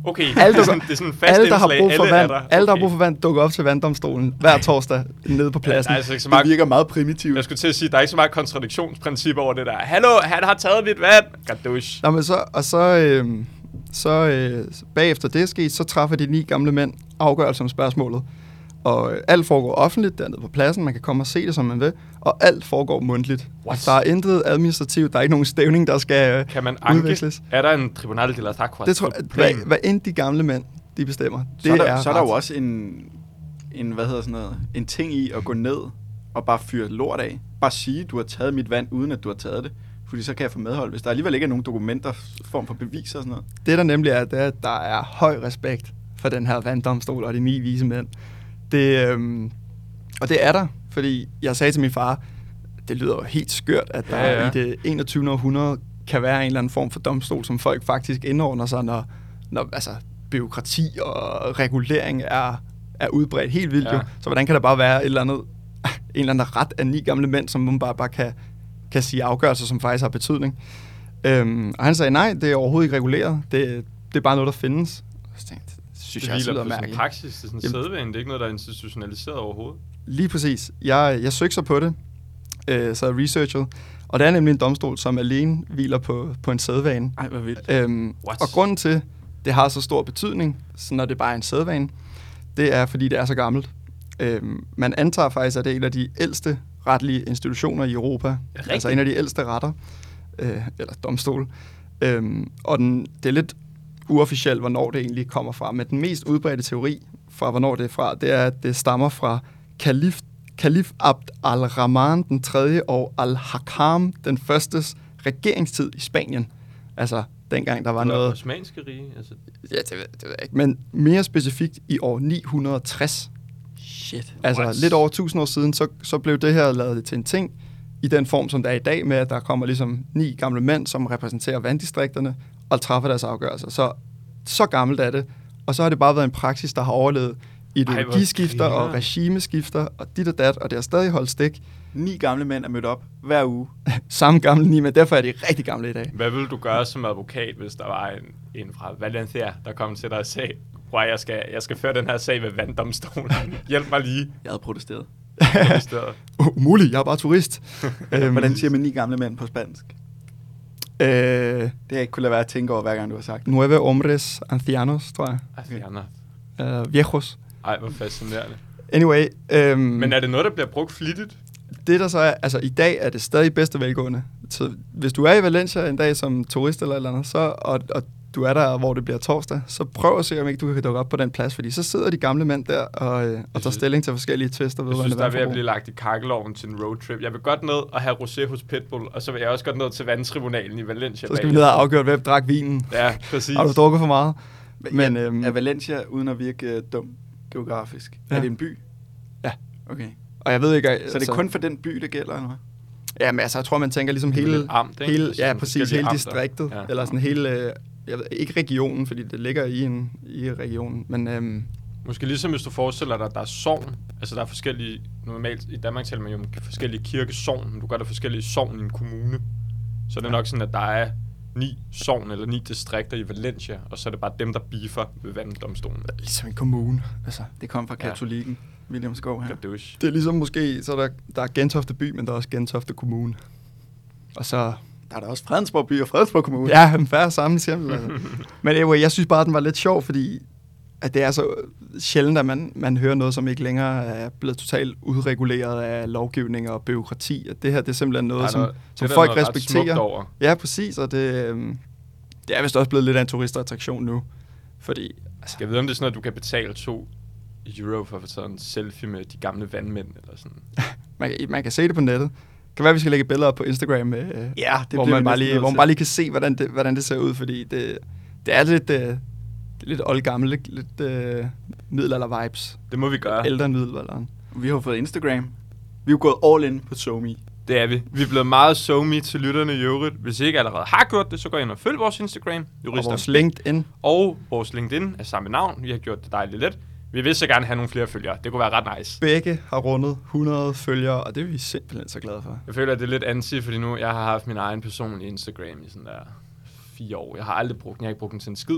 Okay, Alle, det, er sådan, det er sådan en fast alle, der har indslag. brug for Alle er vand, der. alle, der har Okay. brug for vand, dukker op til vanddomstolen hver torsdag nede på pladsen. Der er altså ikke så Det meget, virker meget primitivt. jeg skulle til at sige, der er ikke så meget kontradiktionsprincip over det der. Hallo, han har taget mit vand. Gadush. Nå, men så, og så, øh, så øh, bagefter det er sket, så træffer de ni gamle mænd afgørelse om spørgsmålet. Og øh, alt foregår offentligt dernede på pladsen. Man kan komme og se det, som man vil. Og alt foregår mundtligt. What? Der er intet administrativt. Der er ikke nogen stævning, der skal øh, Kan man anke? udveksles. Er der en tribunal de la Taqua? Det tror jeg, hvad, hvad end de gamle mænd, de bestemmer. Det Så er der, så er der ret. jo også en, en, hvad hedder sådan noget, en ting i at gå ned og bare fyre lort af. Bare sige, du har taget mit vand, uden at du har taget det. Fordi så kan jeg få medhold, hvis der alligevel ikke er nogen dokumenter, form for beviser og sådan noget. Det der nemlig er, det er, at der er høj respekt for den her vanddomstol og de ni vise mænd. Det, øhm, og det er der, fordi jeg sagde til min far, det lyder jo helt skørt, at der Ja, ja. i det enogtyvende århundrede kan være en eller anden form for domstol, som folk faktisk indordner sig, når, når altså, byråkrati og regulering er, er udbredt helt vildt. Ja. Jo. Så hvordan kan der bare være et eller andet, en eller anden ret af ni gamle mænd, som man bare, bare kan, kan sige afgørelser, som faktisk har betydning. Øhm, og han sagde, nej, det er overhovedet ikke reguleret. Det, det er bare noget, der findes. Og så tænkte jeg, det synes Det jeg også hviler lyder på sådan en mærkeligt. praksis, det er sådan en Jamen- sædvane, det er ikke noget, der er institutionaliseret overhovedet. Lige præcis. Jeg, jeg søgte så på det, øh, så jeg researchede. Og det er nemlig en domstol, som alene hviler på, på en sædvane. Ej, hvor vildt. Øhm, What? og grunden til, det har så stor betydning, så når det bare er en sædvane, det er, fordi det er så gammelt. Øhm, man antager faktisk, at det er en af de ældste retlige institutioner i Europa. rigtigt? Altså en af de ældste retter, øh, eller domstol. Øhm, og den, det er lidt uofficielt, hvornår det egentlig kommer fra. Men den mest udbredte teori fra, hvornår det er fra, det er, at det stammer fra kalif, kalif Abd al-Rahman den tredje og al-Hakam den førstes regeringstid i Spanien. Altså dengang der var Eller noget... Osmanske rige, altså. Ja, det, ved- det ved jeg ikke. Men mere specifikt i år ni hundrede og tres. Shit. Altså What? lidt over tusind år siden, så, så blev det her lavet til en ting i den form, som der er i dag, med at der kommer ligesom ni gamle mænd, som repræsenterer vanddistrikterne og træffer deres afgørelser. Så, så gammelt er det. Og så har det bare været en praksis, der har overlevet ideologiskifter Ej, hvor og griner. regimeskifter og dit og dat, og det har stadig holdt stik. Ni gamle mænd er mødt op hver uge. Samme gamle ni, men derfor er de rigtig gamle i dag. Hvad ville du gøre som advokat, hvis der var en, en fra Valencia, der kom til dig og sagde, bror, jeg skal, jeg skal føre den her sag ved vanddomstolen. Hjælp mig lige. Jeg havde protesteret. I stedet. Umuligt, jeg er bare turist. øhm, Hvordan siger man ni gamle mænd på spansk? Øh, Det har jeg ikke kunne lade være at tænke over, hver gang du har sagt det. nueve hombres ancianos, tror jeg. Ej, fjerner. Uh, viejos. Ej, hvor fascinerende. Anyway. Øhm, Men er det noget, der bliver brugt flittigt? det der så er, altså i dag er det stadig bedste velgående. Så hvis du er i Valencia en dag som turist eller et eller andet, så, og, og du er der, hvor det bliver torsdag, så prøv at se, om ikke du kan dukke op på den plads, fordi så sidder de gamle mænd der og, øh, og tager synes- stilling til forskellige tvister Jeg vedrørende synes, der er ved at vandforbrug. blive lagt i kakkeloven til en roadtrip. Jeg vil godt ned og have rosé hos Pitbull, og så vil jeg også godt ned til vandtribunalen i Valencia. Så skal vi ned og afgøre, hvem drak vinen. Ja, præcis. Har du drukket for meget? Men Men, er, øhm, er Valencia, uden at virke uh, dum geografisk, Ja. er det en by? Ja. Okay. Og jeg ved ikke... Så er det kun for den by, det gælder, eller hvad? Ja, men altså, jeg tror, man tænker ligesom Det er hele... lidt amt, ikke? hele Altså ja, sådan præcis. forskellige Hele amter. distriktet. Ja. Ja. Eller sådan hele... Øh, jeg ved, ikke regionen, fordi det ligger i, en, i regionen. Men øhm, Måske ligesom hvis du forestiller dig, at der er sogn. Altså der er forskellige... Normalt i Danmark taler man jo om forskellige kirkesogn, men du gør der forskellige sogn i en kommune. Så er det nok sådan, at der er ni sogn eller ni distrikter i Valencia, og så er det bare dem, der beefer ved vanddomstolen. ligesom en kommune. Altså, Det kom fra Ja. katolikken, William Skov her. Gadush. det er ligesom måske... Så er der, der er Gentofte by, men der er også Gentofte Kommune. Og så... Der er der også Fredensborg by og Fredensborg Kommune. Ja, en færre samme eksempel. Altså. Men anyway, jeg synes bare, at den var lidt sjov, fordi at det er så sjældent, at man, man hører noget, som ikke længere er blevet totalt udreguleret af lovgivning og byråkrati. At det her, det er simpelthen noget, Der er som, noget- som det er der folk noget ret respekterer. smukt over. Ja, præcis, og det, øhm, det er vist også blevet lidt af en turistattraktion nu. Fordi, altså, Jeg ved, om det er sådan, at du kan betale to euro for at få taget en selfie med de gamle vandmænd, eller sådan. man, kan- man kan se det på nettet. Det kan være, vi skal lægge billeder op på Instagram, øh, Ja, det hvor, bliver man vi bare næsten lige, nødt hvor man til. bare lige kan se, hvordan det, hvordan det ser ud, fordi det, det er lidt, øh, det er lidt oldgammel, lidt, lidt øh, middelalder-vibes. Det må vi gøre. Ældre end middelalderen. Vi har jo fået Instagram. Vi er jo gået all in på SoMe. Det er vi. Vi er blevet meget SoMe til lytterne i øvrigt. Hvis I ikke allerede har gjort det, så gå ind og følg vores Instagram, Og Jurister. vores LinkedIn. Og vores LinkedIn er samme navn. Vi har gjort det dejligt let. Vi vil så gerne have nogle flere følgere. Det kunne være ret nice. Begge har rundet hundrede følgere, og det er vi simpelthen så glade for. Jeg føler, at det er lidt anti, fordi nu jeg har haft min egen personlige Instagram i sådan der fire år. Jeg har aldrig brugt den. Jeg har ikke brugt den til en skid.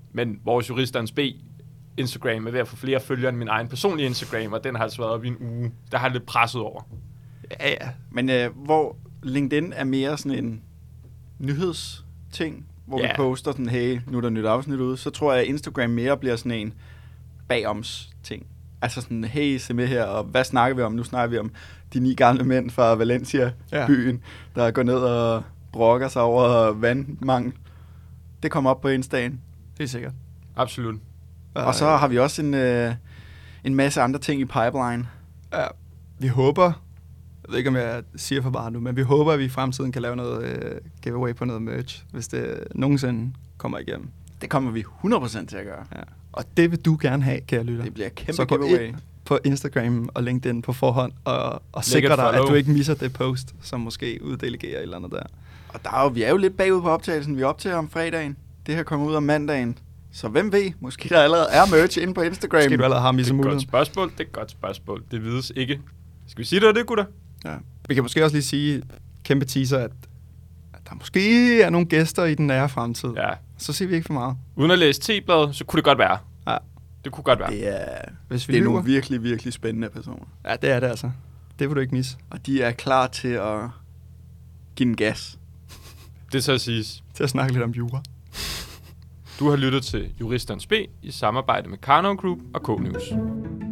Men vores Juristernes B Instagram er ved at få flere følgere end min egen personlige Instagram, og den har altså været op i en uge. Der har jeg lidt presset over. Ja, ja. Men øh, hvor LinkedIn er mere sådan en nyhedsting, hvor Ja. vi poster sådan, hey, nu er der nyt afsnit ude, så tror jeg, at Instagram mere bliver sådan en bagoms ting. Altså sådan, hey, se med her, og hvad snakker vi om? Nu snakker vi om de ni gamle mænd fra Valencia-byen, ja. der går ned og brokker sig over vandmangel. Det kommer op på Insta'en. Det er sikkert. Absolut. Og så har vi også en, øh, en masse andre ting i pipeline. Ja, vi håber, jeg ved ikke, om jeg siger for bare nu, men vi håber, at vi i fremtiden kan lave noget øh, giveaway på noget merch, hvis det nogensinde kommer igennem. Det kommer vi hundrede procent til at gøre. Ja. Og det vil du gerne have, kære lytter. Det bliver kæmpe Så gå giveaway. ind på Instagram og LinkedIn på forhånd, og, og et sikre dig, at follow. du ikke misser det post, som måske uddelegerer et eller andet der. Og der er jo, vi er jo lidt bagud på optagelsen. Vi er optager om fredagen. Det her kommer ud om mandagen. Så hvem ved? Måske der allerede er merch inde på Instagram. Måske du allerede har Det misset er et godt muligheden. spørgsmål. Det er et godt spørgsmål. Det vides ikke. Skal vi sige det, det gutter? Ja. Vi kan måske også lige sige, kæmpe teaser, at, at der måske er nogle gæster i den nære fremtid. Ja. Så siger vi ikke for meget. Uden at læse T-bladet, så kunne det godt være. Ja. Det kunne godt være. Det er, Hvis vi det er lyver. nogle virkelig, virkelig spændende personer. Ja, det er det altså. Det vil du ikke misse. Og de er klar til at give en gas. Det så at siges. Til at snakke lidt om jura. Du har lyttet til Juristernes B i samarbejde med Karnov Group og K-News.